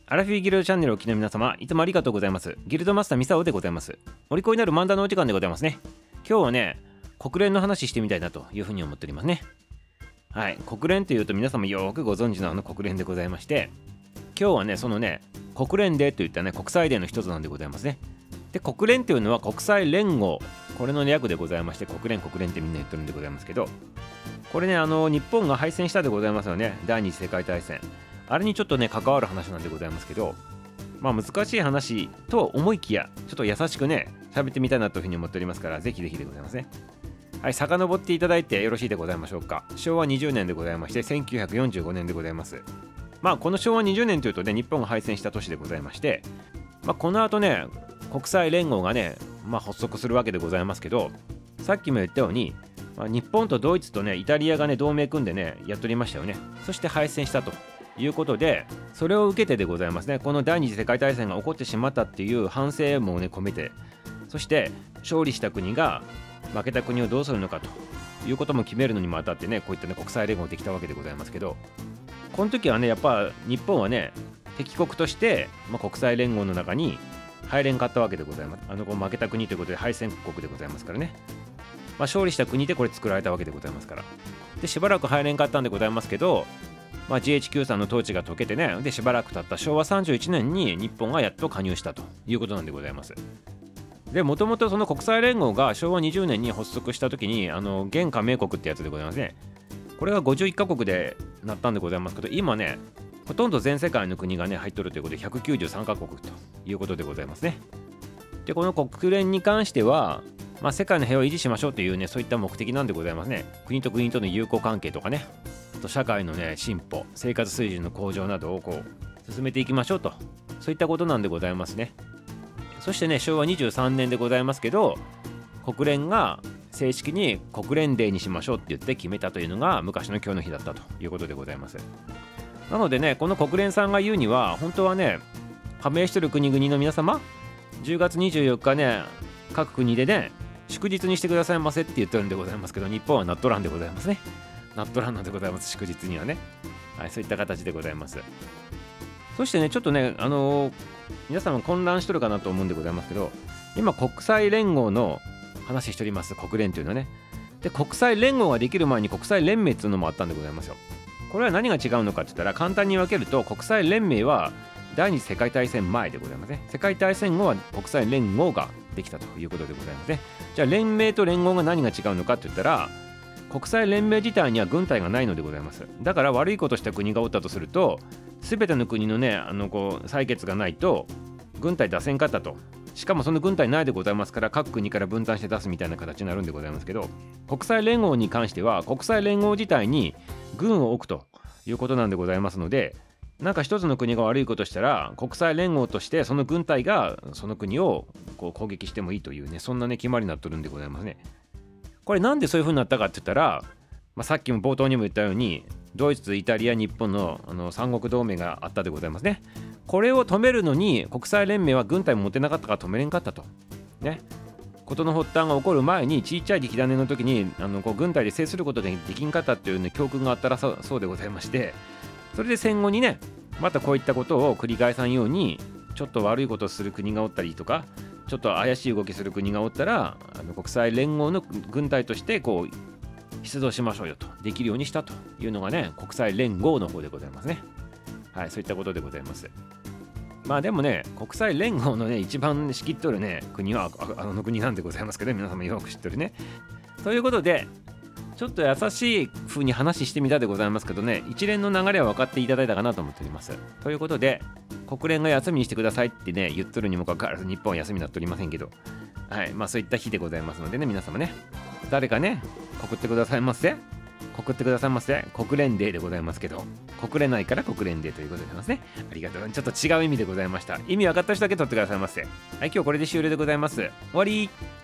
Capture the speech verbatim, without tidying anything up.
アラフィーギルドチャンネルをお聞きの皆様、いつもありがとうございます。ギルドマスターミサオでございます。お利口になる漫談のお時間でございますね。今日はね、国連の話してみたいなというふうに思っておりますね。はい、国連というと皆様よくご存知のあの国連でございまして、今日はね、そのね、国連デーといったね、国際デーの一つなんでございますね。で、国連というのは国際連合、これの略でございまして、国連国連ってみんな言ってるんでございますけど、これね、あの日本が敗戦したでございますよね。第二次世界大戦、あれにちょっとね関わる話なんでございますけど、まあ難しい話と思いきやちょっと優しくね喋ってみたいなというふうに思っておりますから、ぜひぜひでございますね。はい、遡っていただいてよろしいでございましょうか。しょうわにじゅうねんでございまして、せんきゅうひゃくよんじゅうごねんでございます。まあこのしょうわにじゅうねんというとね、日本が敗戦した年でございまして、まあ、この後ね国際連合がね、まあ、発足するわけでございますけど、さっきも言ったように、まあ、日本とドイツとねイタリアがね同盟組んでねやっておりましたよね。そして敗戦したということで、それを受けてでございますね、この第二次世界大戦が起こってしまったっていう反省もね込めて、そして勝利した国が負けた国をどうするのかということも決めるのにもあたってね、こういったね国際連合できたわけでございますけど、この時はねやっぱ日本はね敵国として、まあ、国際連合の中に入れんかったわけでございます。あの負けた国ということで敗戦国でございますからね、まあ、勝利した国でこれ作られたわけでございますから、でしばらく入れんかったんでございますけど、まあ、ジーエイチキュー さんの統治が解けてね、でしばらく経ったしょうわさんじゅういちねんに日本がやっと加入したということなんでございます。で、もともとその国際連合がしょうわにじゅうねんに発足した時に、あの現加盟国ってやつでございますね。これがごじゅういっかこくでなったんでございますけど、今ねほとんど全世界の国がね入っとるということでひゃくきゅうじゅうさんかこくということでございますね。で、この国連に関しては、まあ、世界の平和を維持しましょうというね、そういった目的なんでございますね。国と国との友好関係とかね、あと社会のね進歩、生活水準の向上などをこう進めていきましょうと、そういったことなんでございますね。そしてね、しょうわにじゅうさんねんでございますけど、国連が正式に国連デーにしましょうって言って決めたというのが昔の今日の日だったということでございます。なのでね、この国連さんが言うには、本当はね加盟している国々の皆様、じゅうがつにじゅうよっかね各国でね祝日にしてくださいませって言ってるんでございますけど、日本はなっとらんでございますね。なっとらんのでございます、祝日にはね。はい、そういった形でございます。そしてね、ちょっとね、あのー、皆様混乱しとるかなと思うんでございますけど、今国際連合の話しております、国連というのはね。で、国際連合ができる前に国際連盟っていうのもあったんでございますよ。これは何が違うのかって言ったら、簡単に分けると、国際連盟は第二次世界大戦前でございますね。世界大戦後は国際連合ができたということでございますね。じゃあ連盟と連合が何が違うのかって言ったら、国際連盟自体には軍隊がないのでございます。だから悪いことした国がおったとすると、全ての国のねあのこう採決がないと軍隊出せんかったと。しかもその軍隊ないでございますから、各国から分担して出すみたいな形になるんでございますけど、国際連合に関しては国際連合自体に軍を置くということなんでございますので、なんか一つの国が悪いことしたら、国際連合としてその軍隊がその国をこう攻撃してもいいというね、そんなね決まりになっとるんでございますね。これなんでそういう風になったかって言ったら、まあ、さっきも冒頭にも言ったように、ドイツ、イタリア、日本の、あの三国同盟があったでございますね。これを止めるのに国際連盟は軍隊も持てなかったから止めれんかったとね。事の発端が起こる前に、ちっちゃい激種の時にあのこう軍隊で制することができんかったっていう、ね、教訓があったら そ, そうでございまして、それで戦後にねまたこういったことを繰り返さんように、ちょっと悪いことをする国がおったりとか、ちょっと怪しい動きする国がおったら、あの国際連合の軍隊としてこう出動しましょうよと、できるようにしたというのがね国際連合の方でございますね。はい、そういったことでございます。まあでもね、国際連合のね一番仕切っとるね国は あ, あの国なんでございますけど、皆様よく知ってるね。ということで、ちょっと優しい風に話してみたでございますけどね、一連の流れは分かっていただいたかなと思っております。ということで、国連が休みにしてくださいってね言っとるにもかかわらず、日本は休みになっておりませんけど、はい、まあそういった日でございますのでね、皆様ね、誰かね告ってくださいませ、告ってくださいませ、国連デーでございますけど、国連内から国連デーということでございますね。ありがとう。ちょっと違う意味でございました。意味分かった人だけ取ってくださいませ。はい、今日これで終了でございます。終わり。